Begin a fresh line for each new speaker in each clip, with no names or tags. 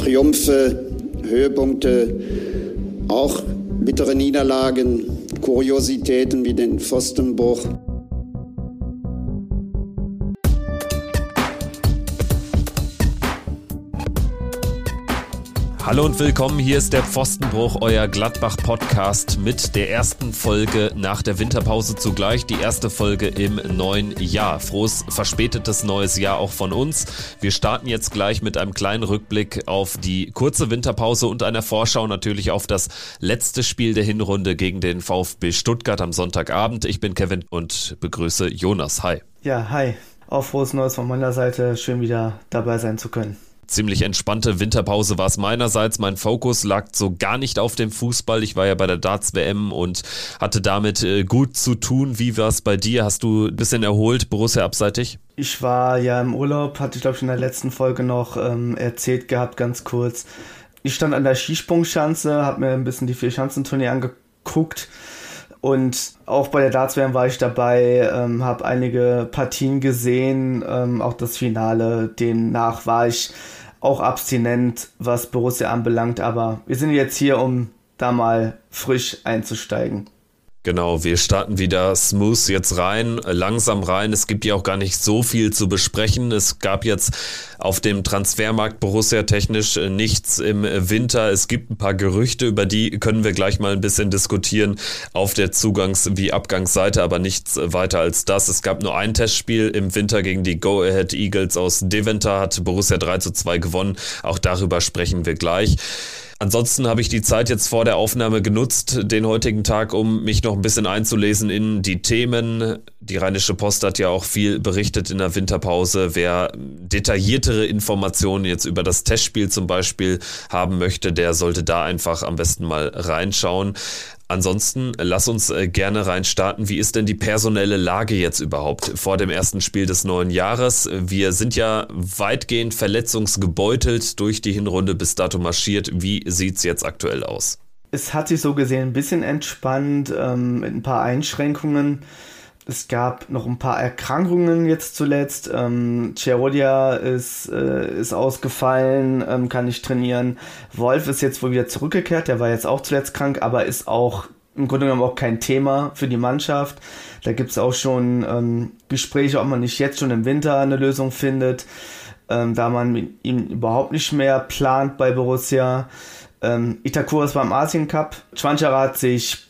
Triumphe, Höhepunkte, auch bittere Niederlagen, Kuriositäten wie den Pfostenbruch.
Hallo und willkommen, hier ist der Pfostenbruch, euer Gladbach-Podcast mit der ersten Folge nach der Winterpause zugleich, die erste Folge im neuen Jahr. Frohes, verspätetes neues Jahr auch von uns. Wir starten jetzt gleich mit einem kleinen Rückblick auf die kurze Winterpause und einer Vorschau natürlich auf das letzte Spiel der Hinrunde gegen den VfB Stuttgart am Sonntagabend. Ich bin Kevin und begrüße Jonas. Hi.
Ja, hi. Auch frohes Neues von meiner Seite. Schön wieder dabei sein zu können.
Ziemlich entspannte Winterpause war es meinerseits. Mein Fokus lag so gar nicht auf dem Fußball. Ich war ja bei der Darts-WM und hatte damit gut zu tun. Wie war es bei dir? Hast du ein bisschen erholt, Borussia abseitig?
Ich war ja im Urlaub, hatte ich glaube ich in der letzten Folge noch erzählt gehabt, ganz kurz. Ich stand an der Skisprungschanze, habe mir ein bisschen die Vierschanzentournee angeguckt. Und auch bei der Darts-WM war ich dabei, habe einige Partien gesehen, auch das Finale. Demnach war ich auch abstinent, was Borussia anbelangt. Aber wir sind jetzt hier, um da mal frisch einzusteigen.
Genau, wir starten wieder smooth jetzt rein, langsam rein. Es gibt ja auch gar nicht so viel zu besprechen. Es gab jetzt auf dem Transfermarkt Borussia technisch nichts im Winter. Es gibt ein paar Gerüchte, über die können wir gleich mal ein bisschen diskutieren auf der Zugangs- wie Abgangsseite, aber nichts weiter als das. Es gab nur ein Testspiel im Winter gegen die Go Ahead Eagles aus Deventer, hat Borussia 3:2 gewonnen. Auch darüber sprechen wir gleich. Ansonsten habe ich die Zeit jetzt vor der Aufnahme genutzt, den heutigen Tag, um mich noch ein bisschen einzulesen in die Themen. Die Rheinische Post hat ja auch viel berichtet in der Winterpause. Wer detailliertere Informationen jetzt über das Testspiel zum Beispiel haben möchte, der sollte da einfach am besten mal reinschauen. Ansonsten lass uns gerne reinstarten. Wie ist denn die personelle Lage jetzt überhaupt vor dem ersten Spiel des neuen Jahres? Wir sind ja weitgehend verletzungsgebeutelt durch die Hinrunde bis dato marschiert. Wie sieht's jetzt aktuell aus?
Es hat sich so gesehen ein bisschen entspannt, mit ein paar Einschränkungen. Es gab noch ein paar Erkrankungen jetzt zuletzt. Cerodia ist ausgefallen, kann nicht trainieren. Wolf ist jetzt wohl wieder zurückgekehrt, der war jetzt auch zuletzt krank, aber ist auch im Grunde genommen auch kein Thema für die Mannschaft. Da gibt es auch schon Gespräche, ob man nicht jetzt schon im Winter eine Lösung findet, da man ihn überhaupt nicht mehr plant bei Borussia. Itakura ist beim Asien Cup. Schwanchara hat sich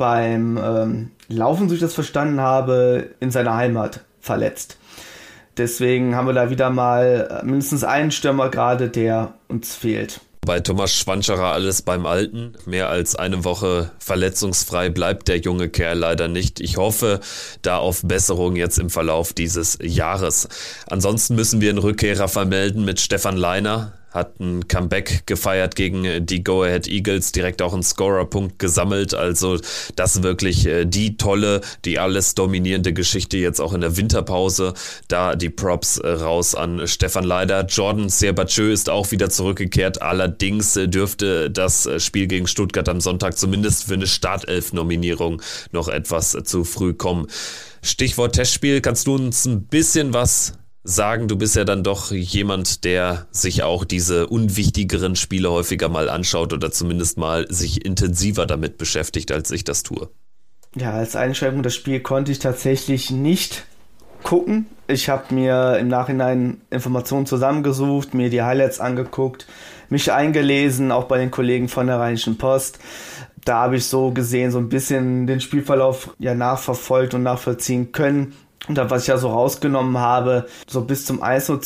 beim Laufen, so ich das verstanden habe, in seiner Heimat verletzt. Deswegen haben wir da wieder mal mindestens einen Stürmer gerade, der uns fehlt.
Bei Thomas Schwanchara alles beim Alten. Mehr als eine Woche verletzungsfrei bleibt der junge Kerl leider nicht. Ich hoffe da auf Besserung jetzt im Verlauf dieses Jahres. Ansonsten müssen wir einen Rückkehrer vermelden mit Stefan Leiner. Hat ein Comeback gefeiert gegen die Go Ahead Eagles, direkt auch einen Scorerpunkt gesammelt. Also das ist wirklich die tolle, die alles dominierende Geschichte jetzt auch in der Winterpause. Da die Props raus an Stefan Leiner. Jordan Sierbatschö ist auch wieder zurückgekehrt. Allerdings dürfte das Spiel gegen Stuttgart am Sonntag zumindest für eine Startelf-Nominierung noch etwas zu früh kommen. Stichwort Testspiel, kannst du uns ein bisschen was sagen? Du bist ja dann doch jemand, der sich auch diese unwichtigeren Spiele häufiger mal anschaut oder zumindest mal sich intensiver damit beschäftigt, als ich das tue.
Ja, als Einschränkung das Spiel konnte ich tatsächlich nicht gucken. Ich habe mir im Nachhinein Informationen zusammengesucht, mir die Highlights angeguckt, mich eingelesen, auch bei den Kollegen von der Rheinischen Post. Da habe ich so gesehen, so ein bisschen den Spielverlauf ja nachverfolgt und nachvollziehen können. Und dann, was ich ja so rausgenommen habe, so bis zum 1-0,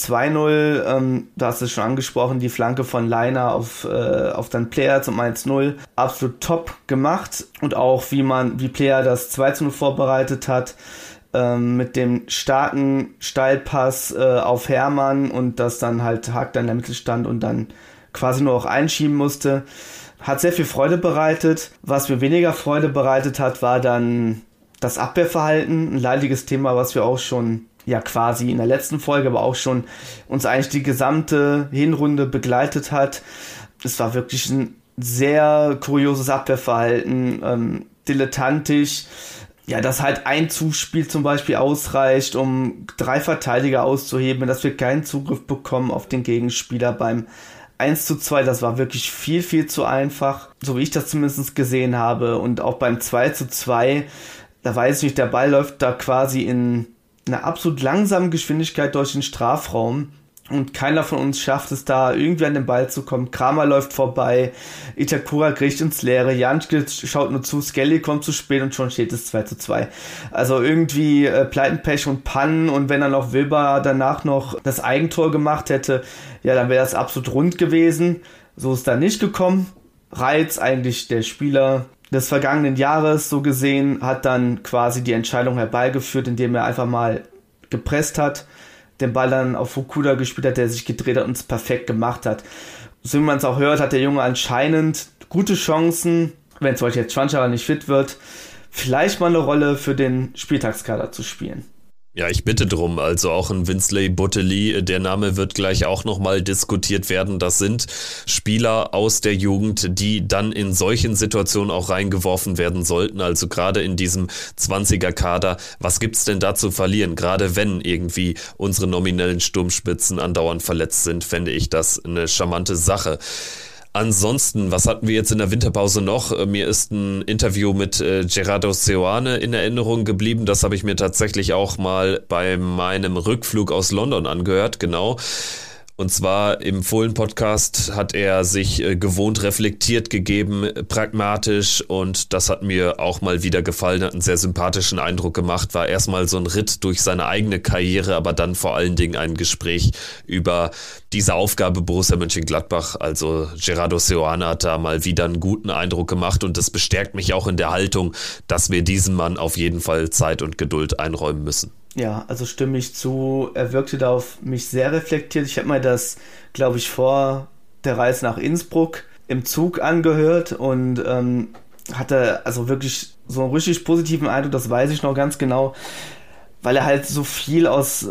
2-0, da hast du es schon angesprochen, die Flanke von Leiner auf dann Player zum 1-0, absolut top gemacht. Und auch wie Player das 2-0 vorbereitet hat, mit dem starken Steilpass auf Hermann und das dann halt Hack dann in der Mitte stand und dann quasi nur auch einschieben musste. Hat sehr viel Freude bereitet. Was mir weniger Freude bereitet hat, war dann das Abwehrverhalten, ein leidiges Thema, was wir auch schon ja quasi in der letzten Folge, aber auch schon uns eigentlich die gesamte Hinrunde begleitet hat. Es war wirklich ein sehr kurioses Abwehrverhalten, dilettantisch. Ja, dass halt ein Zuspiel zum Beispiel ausreicht, um 3 Verteidiger auszuheben, dass wir keinen Zugriff bekommen auf den Gegenspieler beim 1:2, das war wirklich viel, viel zu einfach, so wie ich das zumindest gesehen habe. Und auch beim 2:2, da weiß ich nicht, der Ball läuft da quasi in einer absolut langsamen Geschwindigkeit durch den Strafraum. Und keiner von uns schafft es da, irgendwie an den Ball zu kommen. Kramer läuft vorbei, Itakura kriegt ins Leere, Janschke schaut nur zu, Skelly kommt zu spät und schon steht es 2:2. Also irgendwie Pleitenpech und Pannen, und wenn dann auch Wilber danach noch das Eigentor gemacht hätte, ja, dann wäre das absolut rund gewesen. So ist da nicht gekommen. Reitz, eigentlich der Spieler des vergangenen Jahres, so gesehen, hat dann quasi die Entscheidung herbeigeführt, indem er einfach mal gepresst hat, den Ball dann auf Fukuda gespielt hat, der sich gedreht hat und es perfekt gemacht hat. So wie man es auch hört, hat der Junge anscheinend gute Chancen, wenn zum Beispiel jetzt Schwanschara nicht fit wird, vielleicht mal eine Rolle für den Spieltagskader zu spielen.
Ja, ich bitte drum. Also auch ein Winsley Bottely, der Name wird gleich auch nochmal diskutiert werden. Das sind Spieler aus der Jugend, die dann in solchen Situationen auch reingeworfen werden sollten. Also gerade in diesem 20er-Kader. Was gibt's denn da zu verlieren? Gerade wenn irgendwie unsere nominellen Sturmspitzen andauernd verletzt sind, fände ich das eine charmante Sache. Ansonsten, was hatten wir jetzt in der Winterpause noch? Mir ist ein Interview mit Gerardo Seoane in Erinnerung geblieben. Das habe ich mir tatsächlich auch mal bei meinem Rückflug aus London angehört, genau. Und zwar im Fohlen-Podcast hat er sich gewohnt reflektiert gegeben, pragmatisch, und das hat mir auch mal wieder gefallen, hat einen sehr sympathischen Eindruck gemacht, war erstmal so ein Ritt durch seine eigene Karriere, aber dann vor allen Dingen ein Gespräch über diese Aufgabe Borussia Mönchengladbach. Also Gerardo Seoane hat da mal wieder einen guten Eindruck gemacht, und das bestärkt mich auch in der Haltung, dass wir diesem Mann auf jeden Fall Zeit und Geduld einräumen müssen.
Ja, also stimme ich zu. Er wirkte da auf mich sehr reflektiert. Ich habe mir das, glaube ich, vor der Reise nach Innsbruck im Zug angehört und hatte also wirklich so einen richtig positiven Eindruck, das weiß ich noch ganz genau, weil er halt so viel aus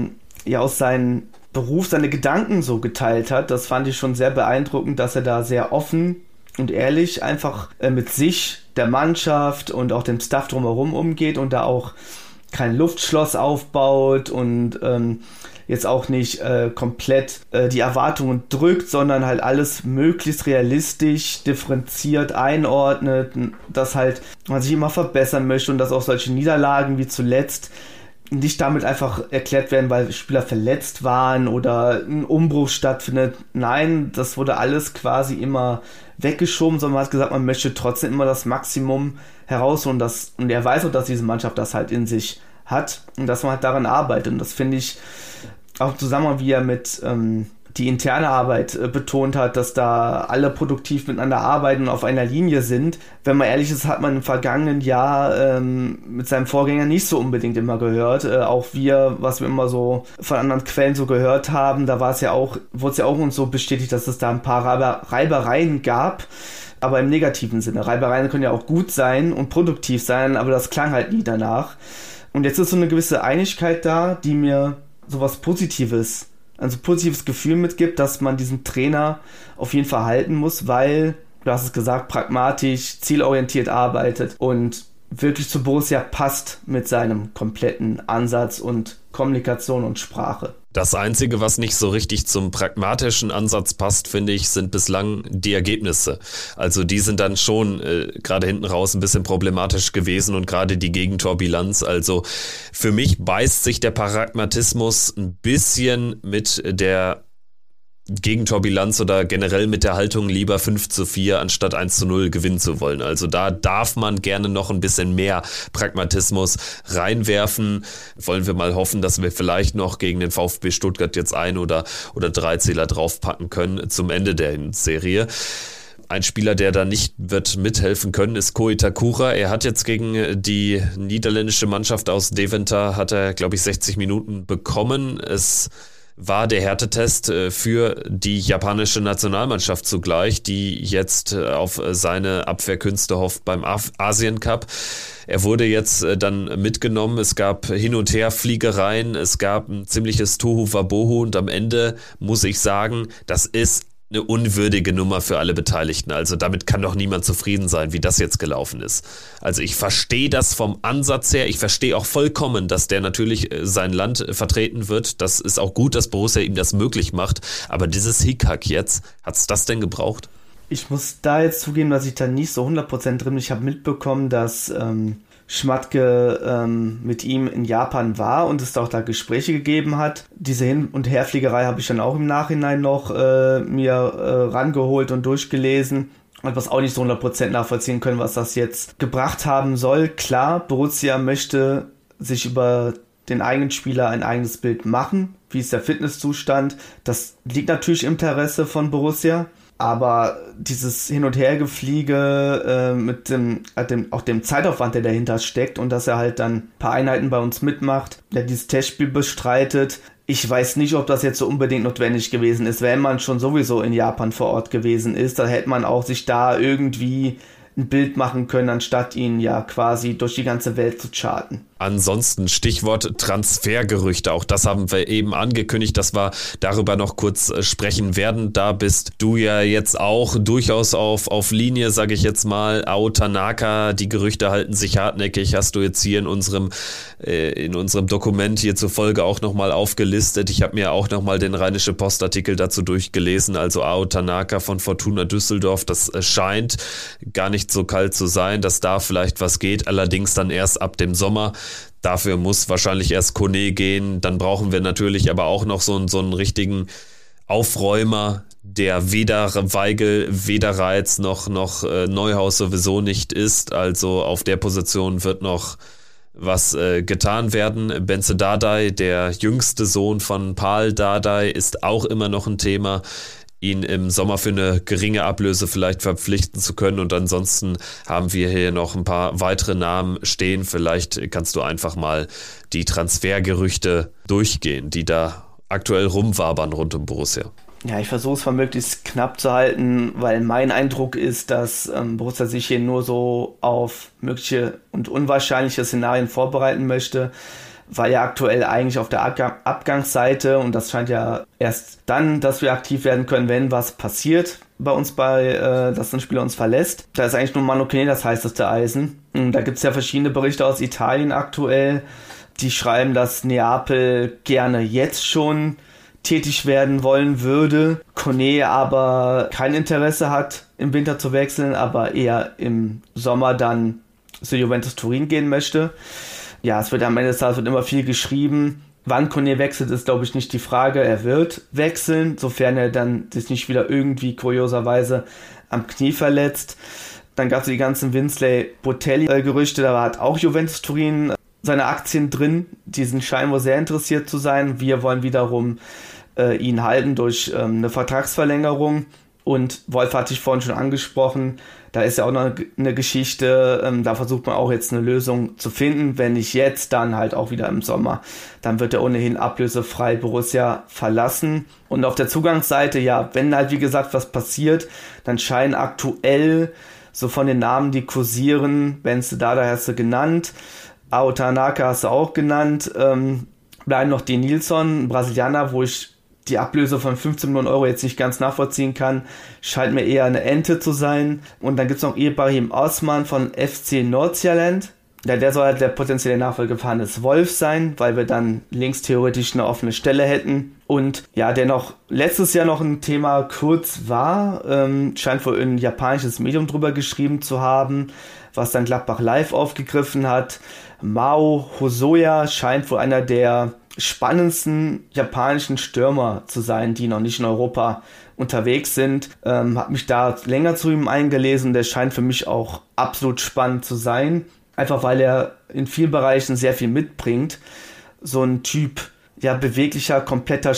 seinem Beruf, seine Gedanken so geteilt hat. Das fand ich schon sehr beeindruckend, dass er da sehr offen und ehrlich einfach mit sich, der Mannschaft und auch dem Staff drumherum umgeht und da auch kein Luftschloss aufbaut und jetzt auch nicht komplett die Erwartungen drückt, sondern halt alles möglichst realistisch, differenziert einordnet, dass halt man sich immer verbessern möchte und dass auch solche Niederlagen wie zuletzt nicht damit einfach erklärt werden, weil Spieler verletzt waren oder ein Umbruch stattfindet. Nein, das wurde alles quasi immer weggeschoben, sondern man hat gesagt, man möchte trotzdem immer das Maximum herausholen. Und er weiß auch, dass diese Mannschaft das halt in sich hat und dass man halt daran arbeitet. Und das finde ich auch im Zusammenhang, wie er mit die interne Arbeit betont hat, dass da alle produktiv miteinander arbeiten und auf einer Linie sind. Wenn man ehrlich ist, hat man im vergangenen Jahr mit seinem Vorgänger nicht so unbedingt immer gehört. Auch was wir immer so von anderen Quellen so gehört haben, da wurde es ja auch uns so bestätigt, dass es da ein paar Reibereien gab. Aber im negativen Sinne. Reibereien können ja auch gut sein und produktiv sein, aber das klang halt nie danach. Und jetzt ist so eine gewisse Einigkeit da, die mir sowas Positives, also positives Gefühl mitgibt, dass man diesen Trainer auf jeden Fall halten muss, weil, du hast es gesagt, pragmatisch, zielorientiert arbeitet und wirklich zu Borussia passt mit seinem kompletten Ansatz und Kommunikation und Sprache.
Das Einzige, was nicht so richtig zum pragmatischen Ansatz passt, finde ich, sind bislang die Ergebnisse. Also die sind dann schon gerade hinten raus ein bisschen problematisch gewesen und gerade die Gegentorbilanz. Also für mich beißt sich der Pragmatismus ein bisschen mit der Gegentorbilanz oder generell mit der Haltung, lieber 5:4 anstatt 1:0 gewinnen zu wollen. Also da darf man gerne noch ein bisschen mehr Pragmatismus reinwerfen. Wollen wir mal hoffen, dass wir vielleicht noch gegen den VfB Stuttgart jetzt ein oder 3 Zähler draufpacken können zum Ende der Hinserie. Ein Spieler, der da nicht wird mithelfen können, ist Ko Itakura. Er hat jetzt gegen die niederländische Mannschaft aus Deventer, hat er, glaube ich, 60 Minuten bekommen. Es war der Härtetest für die japanische Nationalmannschaft zugleich, die jetzt auf seine Abwehrkünste hofft beim Asien Cup. Er wurde jetzt dann mitgenommen, es gab Hin- und Her-Fliegereien, es gab ein ziemliches Tohu Wabohu und am Ende muss ich sagen, das ist eine unwürdige Nummer für alle Beteiligten. Also damit kann doch niemand zufrieden sein, wie das jetzt gelaufen ist. Also ich verstehe das vom Ansatz her. Ich verstehe auch vollkommen, dass der natürlich sein Land vertreten wird. Das ist auch gut, dass Borussia ihm das möglich macht. Aber dieses Hickhack jetzt, hat's das denn gebraucht?
Ich muss da jetzt zugeben, dass ich da nicht so 100% drin bin. Ich habe mitbekommen, dass Schmatke mit ihm in Japan war und es auch da Gespräche gegeben hat. Diese Hin- und Herfliegerei habe ich dann auch im Nachhinein noch mir rangeholt und durchgelesen. Und was auch nicht so 100% nachvollziehen können, was das jetzt gebracht haben soll. Klar, Borussia möchte sich über den eigenen Spieler ein eigenes Bild machen. Wie ist der Fitnesszustand? Das liegt natürlich im Interesse von Borussia. Aber dieses Hin- und Hergefliege mit auch dem Zeitaufwand, der dahinter steckt und dass er halt dann ein paar Einheiten bei uns mitmacht, der dieses Testspiel bestreitet. Ich weiß nicht, ob das jetzt so unbedingt notwendig gewesen ist. Wenn man schon sowieso in Japan vor Ort gewesen ist, dann hätte man auch sich da irgendwie ein Bild machen können, anstatt ihn ja quasi durch die ganze Welt zu charten.
Ansonsten Stichwort Transfergerüchte, auch das haben wir eben angekündigt, dass wir darüber noch kurz sprechen werden. Da bist du ja jetzt auch durchaus auf Linie, sage ich jetzt mal. Ao Tanaka, die Gerüchte halten sich hartnäckig, hast du jetzt hier in unserem Dokument hier zur Folge auch nochmal aufgelistet. Ich habe mir auch nochmal den Rheinische Post-Artikel dazu durchgelesen, also Ao Tanaka von Fortuna Düsseldorf, das scheint gar nicht so kalt zu sein, dass da vielleicht was geht, allerdings dann erst ab dem Sommer. Dafür muss wahrscheinlich erst Kone gehen, dann brauchen wir natürlich aber auch noch so einen richtigen Aufräumer, der weder Weigl, weder Reitz noch Neuhaus sowieso nicht ist, also auf der Position wird noch was getan werden. Benze Dardai, der jüngste Sohn von Paul Dardai, ist auch immer noch ein Thema, ihn im Sommer für eine geringe Ablöse vielleicht verpflichten zu können. Und ansonsten haben wir hier noch ein paar weitere Namen stehen. Vielleicht kannst du einfach mal die Transfergerüchte durchgehen, die da aktuell rumwabern rund um Borussia.
Ja, ich versuche es mal möglichst knapp zu halten, weil mein Eindruck ist, dass Borussia sich hier nur so auf mögliche und unwahrscheinliche Szenarien vorbereiten möchte, weil ja aktuell eigentlich auf der Abgangsseite, und das scheint ja erst dann, dass wir aktiv werden können, wenn was passiert bei uns, dass ein Spieler uns verlässt. Da ist eigentlich nur Manu Kone das heißeste Eisen. Und da gibt es ja verschiedene Berichte aus Italien aktuell, die schreiben, dass Neapel gerne jetzt schon tätig werden wollen würde, Kone aber kein Interesse hat, im Winter zu wechseln, aber eher im Sommer dann zu Juventus Turin gehen möchte. Ja, es wird am Ende des Tages immer viel geschrieben. Wann Kone wechselt, ist, glaube ich, nicht die Frage. Er wird wechseln, sofern er dann sich nicht wieder irgendwie kurioserweise am Knie verletzt. Dann gab es die ganzen Winsley-Botelli-Gerüchte, da hat auch Juventus Turin seine Aktien drin. Die scheinen wohl sehr interessiert zu sein. Wir wollen wiederum ihn halten durch eine Vertragsverlängerung. Und Wolf hat sich vorhin schon angesprochen, da ist ja auch noch eine Geschichte, da versucht man auch jetzt eine Lösung zu finden. Wenn nicht jetzt, dann halt auch wieder im Sommer. Dann wird er ohnehin ablösefrei Borussia verlassen. Und auf der Zugangsseite, ja, wenn halt wie gesagt was passiert, dann scheinen aktuell so von den Namen, die kursieren, Benze Dardai hast du genannt, Ao Tanaka hast du auch genannt, bleiben noch die Nilsson, ein Brasilianer, wo ich die Ablöse von 15 Millionen Euro jetzt nicht ganz nachvollziehen kann, scheint mir eher eine Ente zu sein. Und dann gibt es noch Ibrahim Osman von FC Nordsjælland. Der soll halt der potenzielle Nachfolger von Hannes Wolf sein, weil wir dann links theoretisch eine offene Stelle hätten. Und ja, der noch letztes Jahr noch ein Thema kurz war, scheint wohl ein japanisches Medium drüber geschrieben zu haben, was dann Gladbach Live aufgegriffen hat. Mao Hosoya scheint wohl einer der spannendsten japanischen Stürmer zu sein, die noch nicht in Europa unterwegs sind. Habe mich da länger zu ihm eingelesen. Der scheint für mich auch absolut spannend zu sein. Einfach weil er in vielen Bereichen sehr viel mitbringt. So ein Typ, ja, beweglicher, kompletter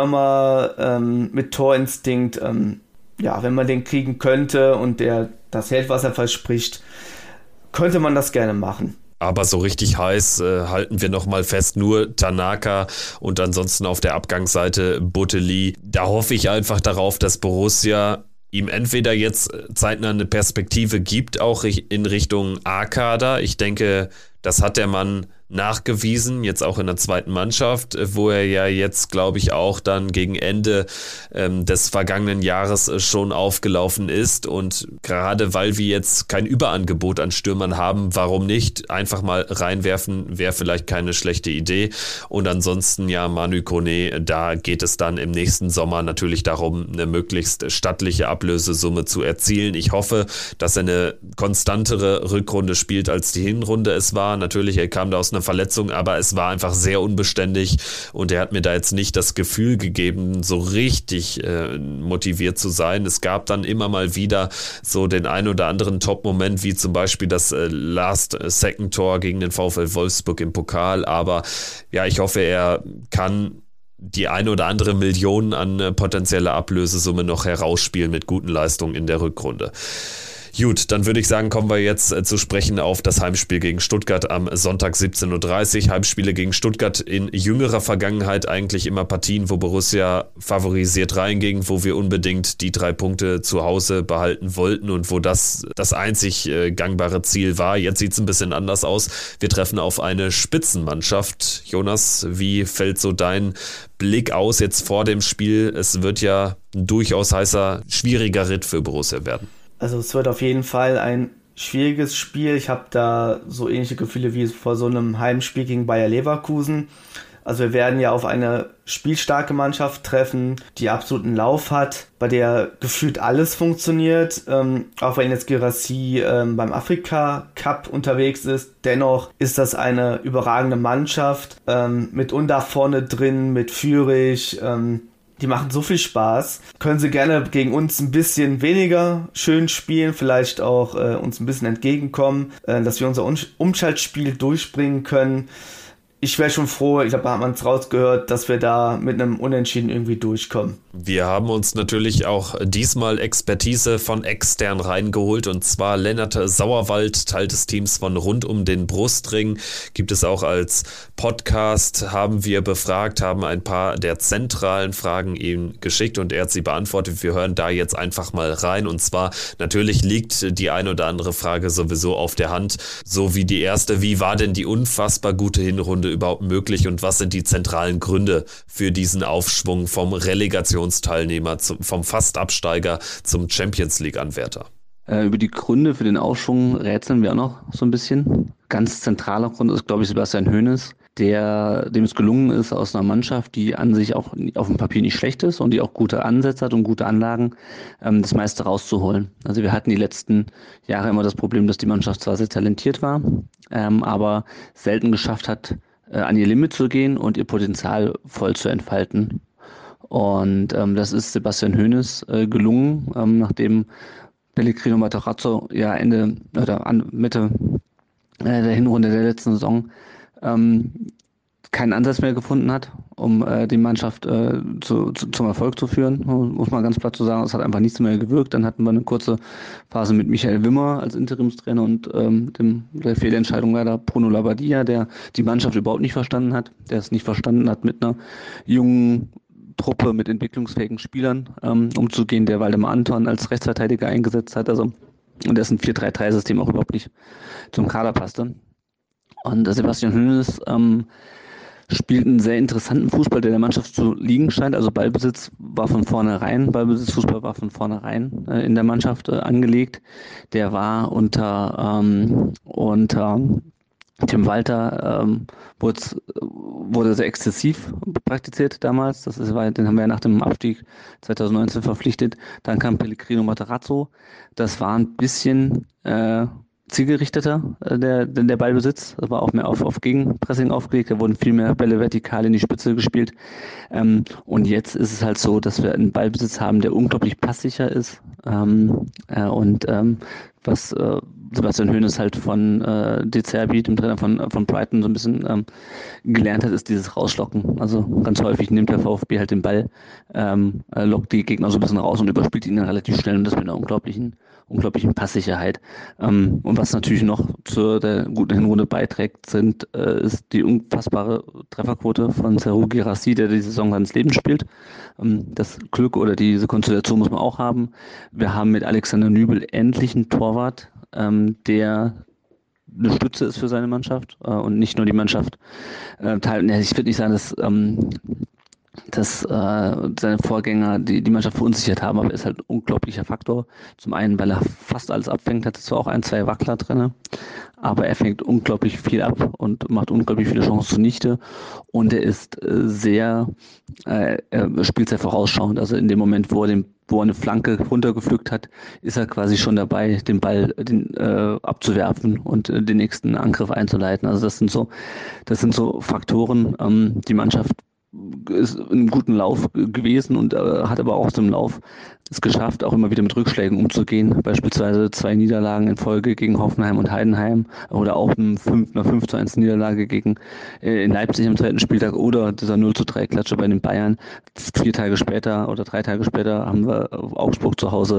Stürmer mit Torinstinkt. Ja, wenn man den kriegen könnte und der das hält, was er verspricht, könnte man das gerne machen.
Aber so richtig heiß halten wir nochmal fest, nur Tanaka und ansonsten auf der Abgangsseite Botelli. Da hoffe ich einfach darauf, dass Borussia ihm entweder jetzt zeitnah eine Perspektive gibt, auch in Richtung A-Kader. Ich denke, das hat der Mann nachgewiesen, jetzt auch in der zweiten Mannschaft, wo er ja jetzt, glaube ich, auch dann gegen Ende des vergangenen Jahres schon aufgelaufen ist. Und gerade weil wir jetzt kein Überangebot an Stürmern haben, warum nicht einfach mal reinwerfen, wäre vielleicht keine schlechte Idee. Und ansonsten ja, Manu Kone, da geht es dann im nächsten Sommer natürlich darum, eine möglichst stattliche Ablösesumme zu erzielen. Ich hoffe, dass er eine konstantere Rückrunde spielt, als die Hinrunde es war. Natürlich, er kam da aus einer Verletzung, aber es war einfach sehr unbeständig und er hat mir da jetzt nicht das Gefühl gegeben, so richtig motiviert zu sein. Es gab dann immer mal wieder so den ein oder anderen Top-Moment, wie zum Beispiel das Last-Second-Tor gegen den VfL Wolfsburg im Pokal, aber ja, ich hoffe, er kann die eine oder andere Million an potenzieller Ablösesumme noch herausspielen mit guten Leistungen in der Rückrunde. Gut, dann würde ich sagen, kommen wir jetzt zu sprechen auf das Heimspiel gegen Stuttgart am Sonntag 17.30 Uhr. Heimspiele gegen Stuttgart in jüngerer Vergangenheit eigentlich immer Partien, wo Borussia favorisiert reinging, wo wir unbedingt die 3 Punkte zu Hause behalten wollten und wo das einzig gangbare Ziel war. Jetzt sieht es ein bisschen anders aus. Wir treffen auf eine Spitzenmannschaft. Jonas, wie fällt so dein Blick aus jetzt vor dem Spiel? Es wird ja ein durchaus heißer, schwieriger Ritt für Borussia werden.
Also es wird auf jeden Fall ein schwieriges Spiel. Ich habe da so ähnliche Gefühle wie vor so einem Heimspiel gegen Bayer Leverkusen. Also wir werden ja auf eine spielstarke Mannschaft treffen, die absoluten Lauf hat, bei der gefühlt alles funktioniert. Auch wenn jetzt Guirassy beim Afrika Cup unterwegs ist, dennoch ist das eine überragende Mannschaft, mitunter vorne drin mit Führig. Die machen so viel Spaß. Können sie gerne gegen uns ein bisschen weniger schön spielen, vielleicht auch uns ein bisschen entgegenkommen, dass wir unser Umschaltspiel durchbringen können. Ich wäre schon froh, ich glaube, da hat man es rausgehört, dass wir da mit einem Unentschieden irgendwie durchkommen.
Wir haben uns natürlich auch diesmal Expertise von extern reingeholt, und zwar Lennart Sauerwald, Teil des Teams von Rund um den Brustring. Gibt es auch als Podcast, haben wir befragt, haben ein paar der zentralen Fragen ihm geschickt und er hat sie beantwortet. Wir hören da jetzt einfach mal rein, und zwar natürlich liegt die ein oder andere Frage sowieso auf der Hand, so wie die erste: Wie war denn die unfassbar gute Hinrunde überhaupt möglich und was sind die zentralen Gründe für diesen Aufschwung vom Relegationsteilnehmer, vom Fast-Absteiger zum Champions-League-Anwärter?
Über die Gründe für den Aufschwung rätseln wir auch noch so ein bisschen. Ganz zentraler Grund ist, glaube ich, Sebastian Hoeneß, dem es gelungen ist, aus einer Mannschaft, die an sich auch auf dem Papier nicht schlecht ist und die auch gute Ansätze hat und gute Anlagen, das meiste rauszuholen. Also wir hatten die letzten Jahre immer das Problem, dass die Mannschaft zwar sehr talentiert war, aber selten geschafft hat, an ihr Limit zu gehen und ihr Potenzial voll zu entfalten. Und das ist Sebastian Hoeneß gelungen, nachdem Pellegrino Matarazzo ja Mitte der Hinrunde der letzten Saison keinen Ansatz mehr gefunden hat, um die Mannschaft zum Erfolg zu führen, muss man ganz platt so sagen. Es hat einfach nichts mehr gewirkt. Dann hatten wir eine kurze Phase mit Michael Wimmer als Interimstrainer und der Fehlentscheidung leider Bruno Labbadia, der die Mannschaft überhaupt nicht verstanden hat, der es nicht verstanden hat, mit einer jungen Truppe mit entwicklungsfähigen Spielern umzugehen, der Waldemar Anton als Rechtsverteidiger eingesetzt hat, und dessen 4-3-3-System auch überhaupt nicht zum Kader passte. Und Sebastian Hoeneß spielt einen sehr interessanten Fußball, der Mannschaft zu liegen scheint. Also Ballbesitzfußball war von vornherein in der Mannschaft angelegt. Der war unter Tim Walter wurde sehr exzessiv praktiziert damals. Den haben wir ja nach dem Abstieg 2019 verpflichtet. Dann kam Pellegrino Matarazzo. Das war ein bisschen zielgerichteter, der Ballbesitz. Das war auch mehr auf Gegenpressing aufgelegt. Da wurden viel mehr Bälle vertikal in die Spitze gespielt. Und jetzt ist es halt so, dass wir einen Ballbesitz haben, der unglaublich passsicher ist. Was Sebastian Hoeneß halt von De Zerbi, dem Trainer von Brighton, so ein bisschen gelernt hat, ist dieses Rausschlocken. Also ganz häufig nimmt der VfB halt den Ball, lockt die Gegner so ein bisschen raus und überspielt ihn dann relativ schnell, und das mit einer unglaublichen Passsicherheit. Und was natürlich noch zu der guten Hinrunde beiträgt, ist die unfassbare Trefferquote von Serhou Guirassy, der die Saison seines Lebens spielt. Das Glück oder diese Konstellation muss man auch haben. Wir haben mit Alexander Nübel endlich einen Torwart, der eine Stütze ist für seine Mannschaft und nicht nur die Mannschaft ich würde nicht sagen, dass seine Vorgänger die Mannschaft verunsichert haben, aber er ist halt ein unglaublicher Faktor. Zum einen, weil er fast alles abfängt, hat zwar auch 1-2 Wackler drin, aber er fängt unglaublich viel ab und macht unglaublich viele Chancen zunichte und er ist er spielt sehr vorausschauend. Also in dem Moment, wo er eine Flanke runtergepflückt hat, ist er quasi schon dabei, den Ball abzuwerfen und den nächsten Angriff einzuleiten. Also das sind so Faktoren, die Mannschaft ist in einem guten Lauf gewesen und hat aber auch aus dem Lauf es geschafft, auch immer wieder mit Rückschlägen umzugehen. Beispielsweise 2 Niederlagen in Folge gegen Hoffenheim und Heidenheim oder auch eine 5-1 Niederlage in Leipzig am 2. Spieltag oder dieser 0-3 Klatsche bei den Bayern. 4 Tage später oder 3 Tage später haben wir Augsburg zu Hause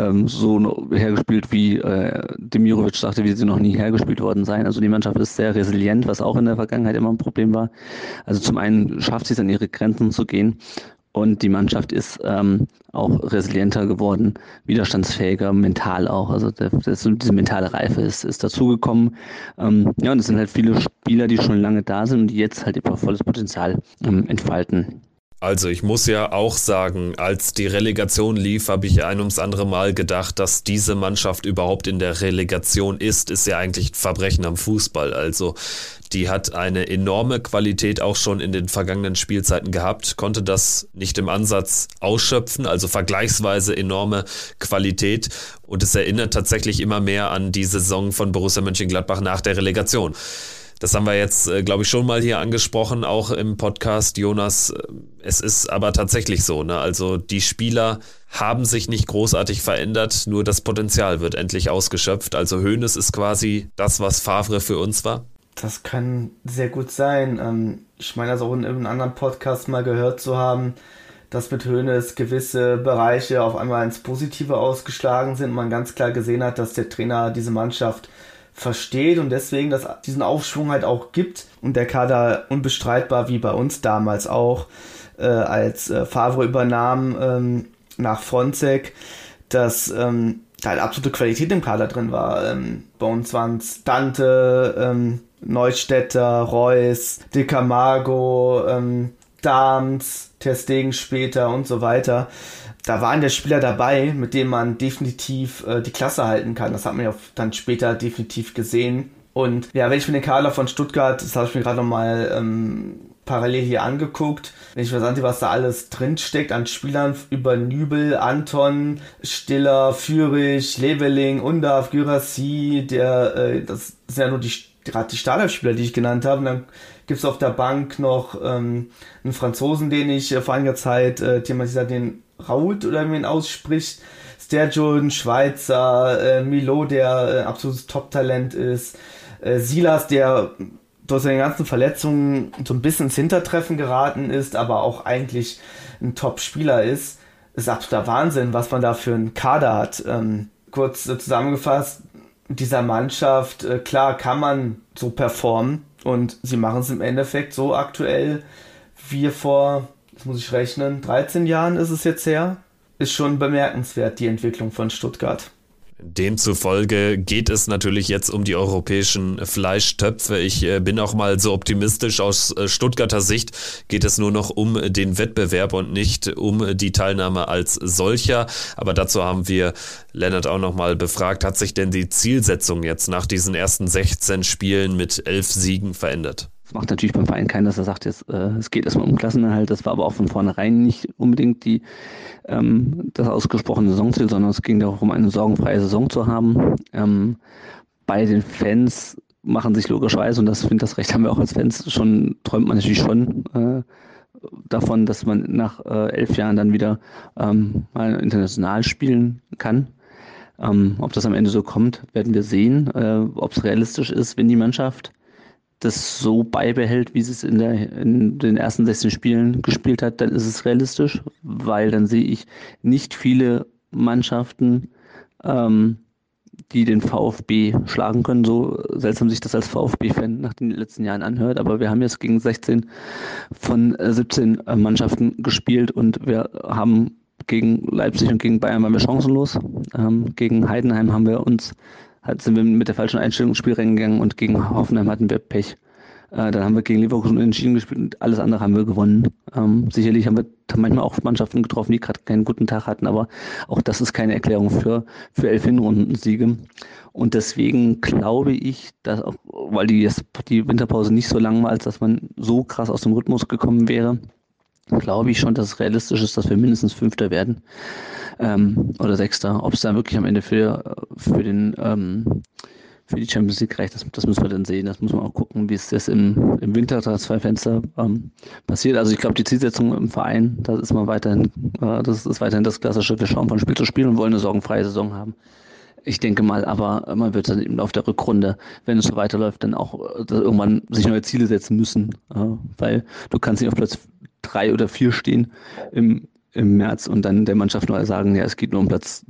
so hergespielt, wie Demirovic sagte, wie sie noch nie hergespielt worden seien. Also die Mannschaft ist sehr resilient, was auch in der Vergangenheit immer ein Problem war. Also zum einen schafft sie es, an ihre Grenzen zu gehen. Und die Mannschaft ist auch resilienter geworden, widerstandsfähiger, mental auch. Also diese mentale Reife ist dazugekommen. Und es sind halt viele Spieler, die schon lange da sind und die jetzt halt ihr volles Potenzial entfalten.
Also ich muss ja auch sagen, als die Relegation lief, habe ich ein ums andere Mal gedacht, dass diese Mannschaft überhaupt in der Relegation ist ja eigentlich ein Verbrechen am Fußball. Also die hat eine enorme Qualität auch schon in den vergangenen Spielzeiten gehabt, konnte das nicht im Ansatz ausschöpfen, also vergleichsweise enorme Qualität und es erinnert tatsächlich immer mehr an die Saison von Borussia Mönchengladbach nach der Relegation. Das haben wir jetzt, glaube ich, schon mal hier angesprochen, auch im Podcast, Jonas. Es ist aber tatsächlich so, ne? Also die Spieler haben sich nicht großartig verändert, nur das Potenzial wird endlich ausgeschöpft. Also Hoeneß ist quasi das, was Favre für uns war.
Das kann sehr gut sein. Ich meine, das auch in einem anderen Podcast mal gehört zu haben, dass mit Hoeneß gewisse Bereiche auf einmal ins Positive ausgeschlagen sind und man ganz klar gesehen hat, dass der Trainer diese Mannschaft versteht und deswegen diesen Aufschwung halt auch gibt und der Kader unbestreitbar, wie bei uns damals auch, als Favre übernahm nach Fronzek, dass da halt absolute Qualität im Kader drin war. Bei uns waren es Dante, Neustädter, Reus, De Camargo, Dahms, Ter Stegen später und so weiter. Da waren der Spieler dabei, mit dem man definitiv die Klasse halten kann. Das hat man ja dann später definitiv gesehen. Und ja, wenn ich mir den Kader von Stuttgart, das habe ich mir gerade nochmal parallel hier angeguckt, wenn ich mir ansehe, was da alles drinsteckt an Spielern über Nübel, Anton, Stiller, Führig, Leveling, Undav, Gyrassi, das sind ja nur gerade die Startelf-Spieler, die ich genannt habe. Und dann gibt es auf der Bank noch einen Franzosen, den ich vor einiger Zeit thematisiert, den Raoult oder wie man ihn ausspricht, Sergio, ein Schweizer, Milo, der absolutes Top-Talent ist, Silas, der durch seine ganzen Verletzungen so ein bisschen ins Hintertreffen geraten ist, aber auch eigentlich ein Top-Spieler ist. Es ist absoluter Wahnsinn, was man da für einen Kader hat. Kurz zusammengefasst, dieser Mannschaft, klar kann man so performen und sie machen es im Endeffekt so aktuell wie vor, das muss ich rechnen, 13 Jahren ist es jetzt her. Ist schon bemerkenswert, die Entwicklung von Stuttgart.
Demzufolge geht es natürlich jetzt um die europäischen Fleischtöpfe. Ich bin auch mal so optimistisch, aus Stuttgarter Sicht geht es nur noch um den Wettbewerb und nicht um die Teilnahme als solcher. Aber dazu haben wir Lennart auch noch mal befragt, hat sich denn die Zielsetzung jetzt nach diesen ersten 16 Spielen mit 11 Siegen verändert?
Das macht natürlich beim Verein keinen, dass er sagt, jetzt, es geht erstmal um Klassenerhalt. Das war aber auch von vornherein nicht unbedingt das ausgesprochene Saisonziel, sondern es ging darum, eine sorgenfreie Saison zu haben. Bei den Fans machen sich logischerweise, und das Recht haben wir auch als Fans, träumt man natürlich schon davon, dass man nach 11 Jahren dann wieder mal international spielen kann. Ob das am Ende so kommt, werden wir sehen. Ob es realistisch ist, wenn die Mannschaft das so beibehält, wie sie es in den ersten 16 Spielen gespielt hat, dann ist es realistisch, weil dann sehe ich nicht viele Mannschaften, die den VfB schlagen können, so seltsam sich das als VfB-Fan nach den letzten Jahren anhört, aber wir haben jetzt gegen 16 von 17 Mannschaften gespielt und wir haben gegen Leipzig und gegen Bayern waren wir chancenlos. Gegen Heidenheim haben wir uns sind wir mit der falschen Einstellung ins Spiel reingegangen und gegen Hoffenheim hatten wir Pech. Dann haben wir gegen Leverkusen entschieden gespielt und alles andere haben wir gewonnen. Sicherlich haben wir manchmal auch Mannschaften getroffen, die gerade keinen guten Tag hatten, aber auch das ist keine Erklärung für 11 Hinrundensiege. Und deswegen glaube ich, dass auch, weil die Winterpause nicht so lang war, als dass man so krass aus dem Rhythmus gekommen wäre, glaube ich schon, dass es realistisch ist, dass wir mindestens Fünfter werden oder Sechster. Ob es dann wirklich am Ende für die Champions League reicht, das müssen wir dann sehen. Das muss man auch gucken, wie es das im Wintertransferfenster passiert. Also ich glaube, die Zielsetzung im Verein, das ist weiterhin das Klassische. Wir schauen von Spiel zu Spiel und wollen eine sorgenfreie Saison haben. Ich denke mal, aber man wird dann eben auf der Rückrunde, wenn es so weiterläuft, dann auch irgendwann sich neue Ziele setzen müssen, weil du kannst nicht auf Platz 3 oder 4 stehen im März und dann der Mannschaft nur sagen, ja, es geht nur um Platz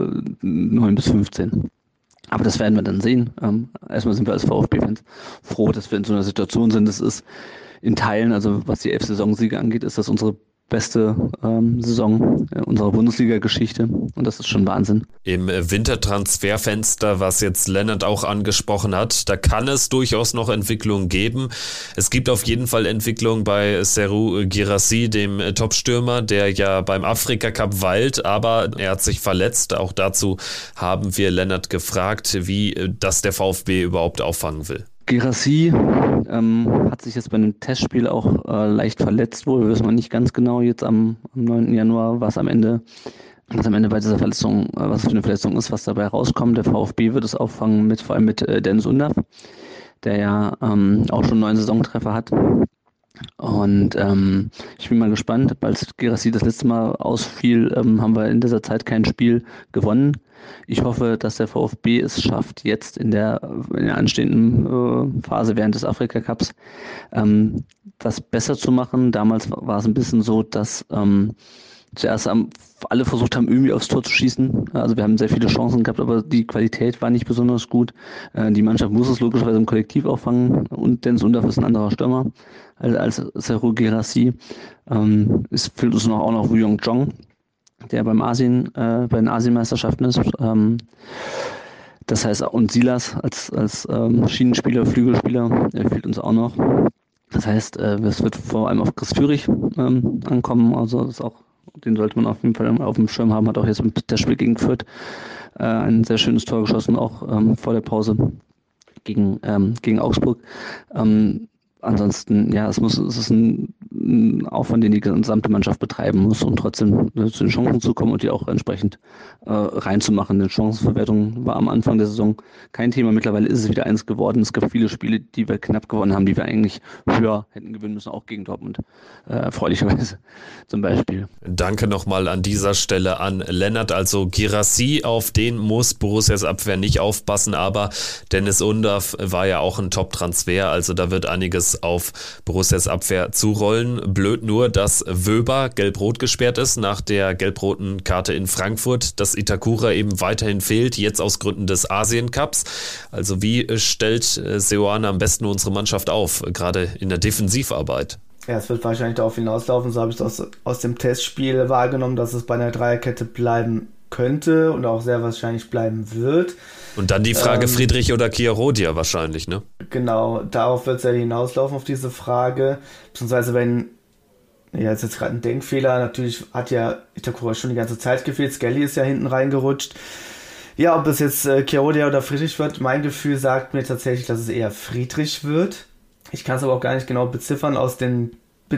9 bis 15. Aber das werden wir dann sehen. Erstmal sind wir als VfB-Fans froh, dass wir in so einer Situation sind. Das ist in Teilen, also was die 11 Saisonsiege angeht, ist das unsere beste Saison unserer Bundesliga-Geschichte und das ist schon Wahnsinn.
Im Wintertransferfenster, was jetzt Lennart auch angesprochen hat, da kann es durchaus noch Entwicklungen geben. Es gibt auf jeden Fall Entwicklungen bei Serhou Guirassy, dem Topstürmer, der ja beim Afrika-Cup weilt, aber er hat sich verletzt. Auch dazu haben wir Lennart gefragt, wie das der VfB überhaupt auffangen will.
Guirassy hat sich jetzt bei einem Testspiel auch leicht verletzt wohl. Wissen wir nicht ganz genau. Jetzt am 9. Januar was am Ende bei dieser Verletzung, was für eine Verletzung ist, was dabei rauskommt. Der VfB wird es auffangen, vor allem mit Dennis Undav, der ja auch schon 9 Saisontreffer hat. Und ich bin mal gespannt, als Guirassy das letzte Mal ausfiel, haben wir in dieser Zeit kein Spiel gewonnen. Ich hoffe, dass der VfB es schafft, jetzt in der anstehenden Phase während des Afrika-Cups das besser zu machen. Damals war es ein bisschen so, dass zuerst alle versucht haben, irgendwie aufs Tor zu schießen. Also wir haben sehr viele Chancen gehabt, aber die Qualität war nicht besonders gut. Die Mannschaft muss es logischerweise im Kollektiv auffangen und Dennis Undav ist ein anderer Stürmer als Serhou Guirassy. Es fehlt uns auch noch Woo Young-jong, der bei den Asienmeisterschaften ist. Das heißt, und Silas als Schienenspieler, Flügelspieler, fehlt uns auch noch. Das heißt, es wird vor allem auf Chris Führig ankommen. Also das ist auch, den sollte man auf jeden Fall auf dem Schirm haben. Hat auch jetzt im Testspiel gegen Fürth ein sehr schönes Tor geschossen, auch vor der Pause gegen Augsburg. Ansonsten, ja, es ist ein Aufwand, den die gesamte Mannschaft betreiben muss, um trotzdem zu den Chancen zu kommen und die auch entsprechend reinzumachen. Die Chancenverwertung war am Anfang der Saison kein Thema. Mittlerweile ist es wieder eins geworden. Es gab viele Spiele, die wir knapp gewonnen haben, die wir eigentlich höher hätten gewinnen müssen, auch gegen Dortmund. Erfreulicherweise zum Beispiel.
Danke nochmal an dieser Stelle an Lennart. Also Guirassy, auf den muss Borussias Abwehr nicht aufpassen, aber Dennis Undav war ja auch ein Top-Transfer. Also da wird einiges auf Borussias Abwehr zurollen. Blöd nur, dass Wöber gelb-rot gesperrt ist nach der gelb-roten Karte in Frankfurt, dass Itakura eben weiterhin fehlt, jetzt aus Gründen des Asien-Cups. Also wie stellt Seoane am besten unsere Mannschaft auf, gerade in der Defensivarbeit?
Ja, es wird wahrscheinlich darauf hinauslaufen, so habe ich es aus dem Testspiel wahrgenommen, dass es bei einer Dreierkette bleiben könnte und auch sehr wahrscheinlich bleiben wird.
Und dann die Frage Friedrich oder Chiarodia wahrscheinlich, ne? Genau,
darauf wird es ja hinauslaufen, auf diese Frage. Beziehungsweise wenn, ja, ist jetzt gerade ein Denkfehler, natürlich hat ja Itakura schon die ganze Zeit gefehlt, Skelly ist ja hinten reingerutscht. Ja, ob es jetzt Chiarodia oder Friedrich wird, mein Gefühl sagt mir tatsächlich, dass es eher Friedrich wird. Ich kann es aber auch gar nicht genau beziffern aus den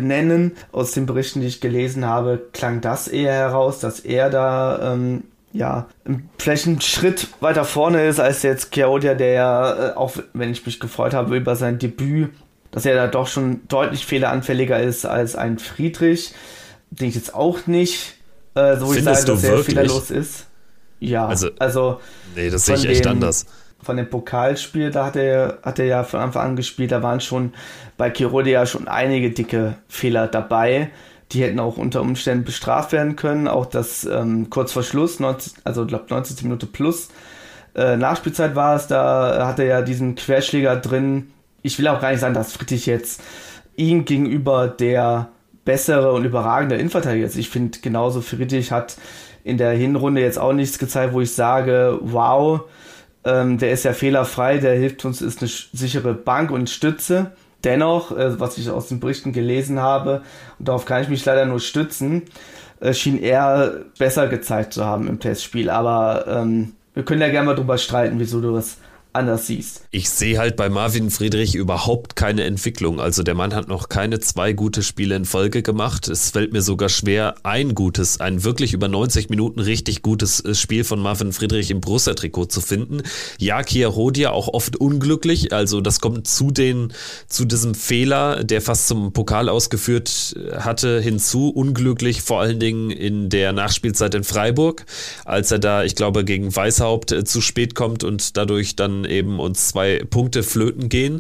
aus den Berichten, die ich gelesen habe, klang das eher heraus, dass er da vielleicht einen Schritt weiter vorne ist als jetzt Chiarodia, der ja, auch wenn ich mich gefreut habe über sein Debüt, dass er da doch schon deutlich fehleranfälliger ist als ein Friedrich, den ich jetzt auch nicht so ich sagen, dass er fehlerlos ist. Ja, also nee,
das sehe ich echt anders.
Von dem Pokalspiel, da hat er ja von Anfang an gespielt, da waren schon bei Chiarodia schon einige dicke Fehler dabei. Die hätten auch unter Umständen bestraft werden können. Auch das kurz vor Schluss, 90 Minute plus Nachspielzeit war es, da hat er ja diesen Querschläger drin. Ich will auch gar nicht sagen, dass Friedrich jetzt ihm gegenüber der bessere und überragende Innenverteidiger ist. Ich finde genauso, Friedrich hat in der Hinrunde jetzt auch nichts gezeigt, wo ich sage, wow, Der ist ja fehlerfrei, der hilft uns, ist eine sichere Bank und Stütze. Dennoch, was ich aus den Berichten gelesen habe, und darauf kann ich mich leider nur stützen, schien er besser gezeigt zu haben im Testspiel. Aber wir können ja gerne mal drüber streiten, wieso du das anders siehst.
Ich sehe halt bei Marvin Friedrich überhaupt keine Entwicklung. Also der Mann hat noch keine 2 gute Spiele in Folge gemacht. Es fällt mir sogar schwer, ein wirklich über 90 Minuten richtig gutes Spiel von Marvin Friedrich im Borussia-Trikot zu finden. Ja, Chiarodia auch oft unglücklich. Also das kommt zu diesem Fehler, der fast zum Pokal ausgeführt hatte, hinzu. Unglücklich vor allen Dingen in der Nachspielzeit in Freiburg, als er da, ich glaube, gegen Weishaupt zu spät kommt und dadurch dann eben uns 2 Punkte flöten gehen.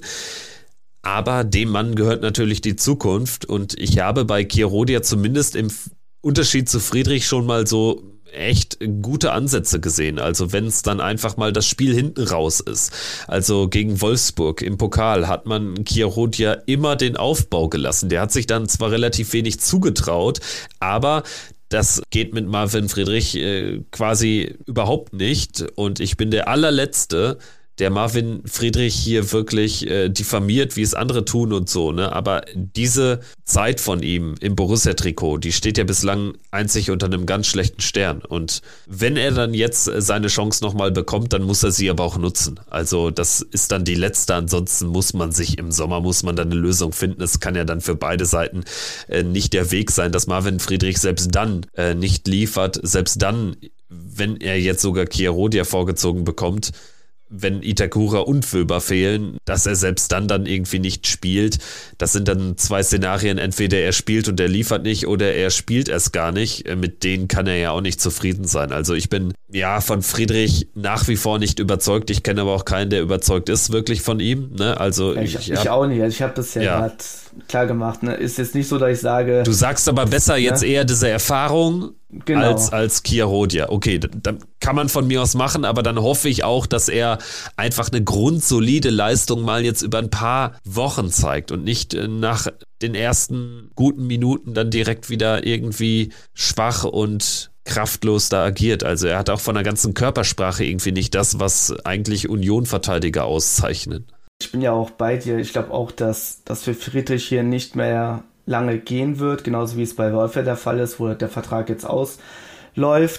Aber dem Mann gehört natürlich die Zukunft und ich habe bei Chiarodia zumindest im Unterschied zu Friedrich schon mal so echt gute Ansätze gesehen. Also wenn es dann einfach mal das Spiel hinten raus ist. Also gegen Wolfsburg im Pokal hat man Chiarodia immer den Aufbau gelassen. Der hat sich dann zwar relativ wenig zugetraut, aber das geht mit Marvin Friedrich quasi überhaupt nicht und ich bin der allerletzte, der Marvin Friedrich hier wirklich diffamiert, wie es andere tun und so, ne? Aber diese Zeit von ihm im Borussia-Trikot, die steht ja bislang einzig unter einem ganz schlechten Stern. Und wenn er dann jetzt seine Chance nochmal bekommt, dann muss er sie aber auch nutzen. Also das ist dann die letzte, ansonsten muss man im Sommer dann eine Lösung finden. Es kann ja dann für beide Seiten nicht der Weg sein, dass Marvin Friedrich selbst dann nicht liefert, selbst dann, wenn er jetzt sogar Chiarodia vorgezogen bekommt, wenn Itakura und Wöber fehlen, dass er selbst dann irgendwie nicht spielt. Das sind dann 2 Szenarien, entweder er spielt und er liefert nicht oder er spielt es gar nicht. Mit denen kann er ja auch nicht zufrieden sein. Also ich bin ja von Friedrich nach wie vor nicht überzeugt. Ich kenne aber auch keinen, der überzeugt ist wirklich von ihm. Ne? Also
ich auch nicht. Also ich habe das ja gerade klar gemacht. Ne? Ist jetzt nicht so, dass ich sage...
Du sagst aber besser jetzt eher diese Erfahrung... Genau. Als Chiarodia. Okay, dann kann man von mir aus machen, aber dann hoffe ich auch, dass er einfach eine grundsolide Leistung mal jetzt über ein paar Wochen zeigt und nicht nach den ersten guten Minuten dann direkt wieder irgendwie schwach und kraftlos da agiert. Also er hat auch von der ganzen Körpersprache irgendwie nicht das, was eigentlich Union-Verteidiger auszeichnen.
Ich bin ja auch bei dir. Ich glaube auch, dass für Friedrich hier nicht mehr lange gehen wird, genauso wie es bei Wolfer der Fall ist, wo der Vertrag jetzt ausläuft.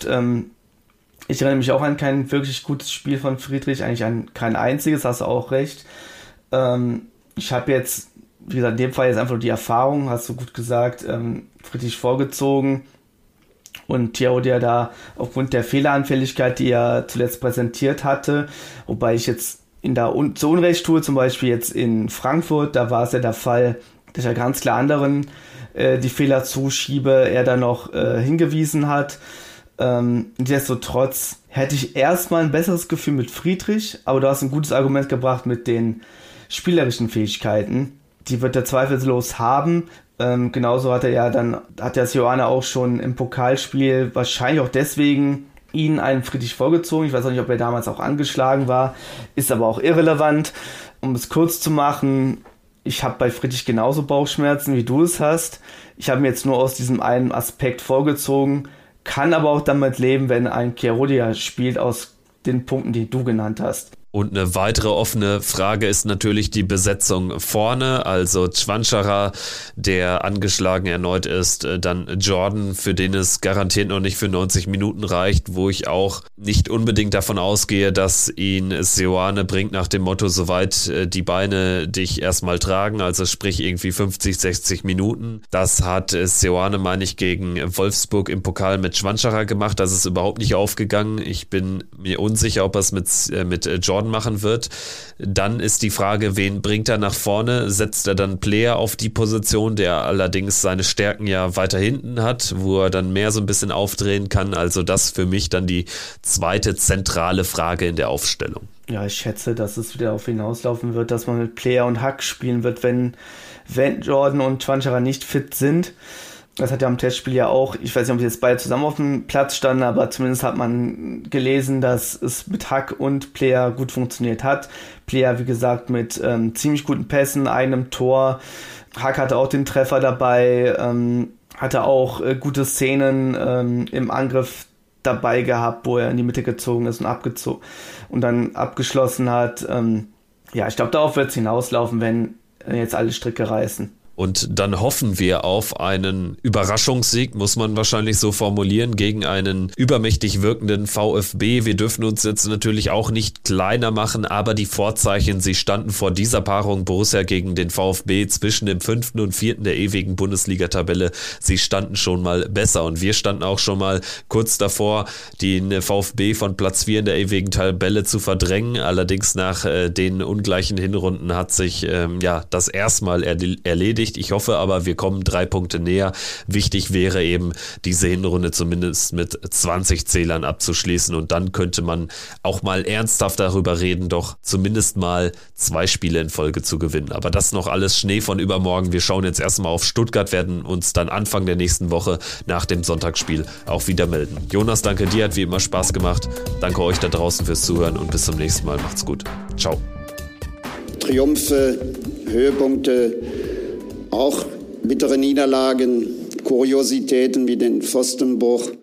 Ich erinnere mich auch an kein wirklich gutes Spiel von Friedrich, eigentlich an kein einziges, hast du auch recht. Ich habe jetzt, wie gesagt, in dem Fall jetzt einfach nur die Erfahrung, hast du gut gesagt, Friedrich vorgezogen und Chiarodia da aufgrund der Fehleranfälligkeit, die er zuletzt präsentiert hatte, wobei ich jetzt zu Unrecht tue, zum Beispiel jetzt in Frankfurt, da war es ja der Fall, dass er ganz klar anderen die Fehler zuschiebe, er da noch hingewiesen hat. Nichtsdestotrotz hätte ich erstmal ein besseres Gefühl mit Friedrich, aber du hast ein gutes Argument gebracht mit den spielerischen Fähigkeiten. Die wird er zweifellos haben. Genauso hat der Seoane auch schon im Pokalspiel wahrscheinlich auch deswegen ihn einen Friedrich vorgezogen. Ich weiß auch nicht, ob er damals auch angeschlagen war, ist aber auch irrelevant. Um es kurz zu machen, ich habe bei Friedrich genauso Bauchschmerzen, wie du es hast. Ich habe mir jetzt nur aus diesem einen Aspekt vorgezogen, kann aber auch damit leben, wenn ein Chiarodia spielt aus den Punkten, die du genannt hast.
Und eine weitere offene Frage ist natürlich die Besetzung vorne, also Chwanchara, der angeschlagen erneut ist, dann Jordan, für den es garantiert noch nicht für 90 Minuten reicht, wo ich auch nicht unbedingt davon ausgehe, dass ihn Seoane bringt nach dem Motto, soweit die Beine dich erstmal tragen, also sprich irgendwie 50, 60 Minuten. Das hat Seoane, meine ich, gegen Wolfsburg im Pokal mit Chwanchara gemacht, das ist überhaupt nicht aufgegangen. Ich bin mir unsicher, ob er es mit Jordan machen wird. Dann ist die Frage, wen bringt er nach vorne? Setzt er dann Player auf die Position, der allerdings seine Stärken ja weiter hinten hat, wo er dann mehr so ein bisschen aufdrehen kann? Also das für mich dann die zweite zentrale Frage in der Aufstellung.
Ja, ich schätze, dass es wieder darauf hinauslaufen wird, dass man mit Player und Hack spielen wird, wenn Jordan und Chwanchara nicht fit sind. Das hat ja am Testspiel ja auch, ich weiß nicht, ob sie jetzt beide zusammen auf dem Platz standen, aber zumindest hat man gelesen, dass es mit Hack und Player gut funktioniert hat. Player, wie gesagt, mit ziemlich guten Pässen, einem Tor. Hack hatte auch den Treffer dabei, hatte auch gute Szenen im Angriff, dabei gehabt, wo er in die Mitte gezogen ist und dann abgeschlossen hat. Ich glaube, darauf wird es hinauslaufen, wenn jetzt alle Stricke reißen.
Und dann hoffen wir auf einen Überraschungssieg, muss man wahrscheinlich so formulieren, gegen einen übermächtig wirkenden VfB. Wir dürfen uns jetzt natürlich auch nicht kleiner machen, aber die Vorzeichen, sie standen vor dieser Paarung Borussia gegen den VfB zwischen dem 5. und 4. der ewigen Bundesliga-Tabelle. Sie standen schon mal besser und wir standen auch schon mal kurz davor, den VfB von Platz 4 in der ewigen Tabelle zu verdrängen. Allerdings nach den ungleichen Hinrunden hat sich das erstmal erledigt. Ich hoffe aber, wir kommen 3 Punkte näher. Wichtig wäre eben, diese Hinrunde zumindest mit 20 Zählern abzuschließen und dann könnte man auch mal ernsthaft darüber reden, doch zumindest mal 2 Spiele in Folge zu gewinnen. Aber das noch alles Schnee von übermorgen. Wir schauen jetzt erstmal auf Stuttgart, werden uns dann Anfang der nächsten Woche nach dem Sonntagsspiel auch wieder melden. Jonas, danke dir, hat wie immer Spaß gemacht. Danke euch da draußen fürs Zuhören und bis zum nächsten Mal. Macht's gut. Ciao.
Triumphe, Höhepunkte, auch bittere Niederlagen, Kuriositäten wie den Pfostenbruch.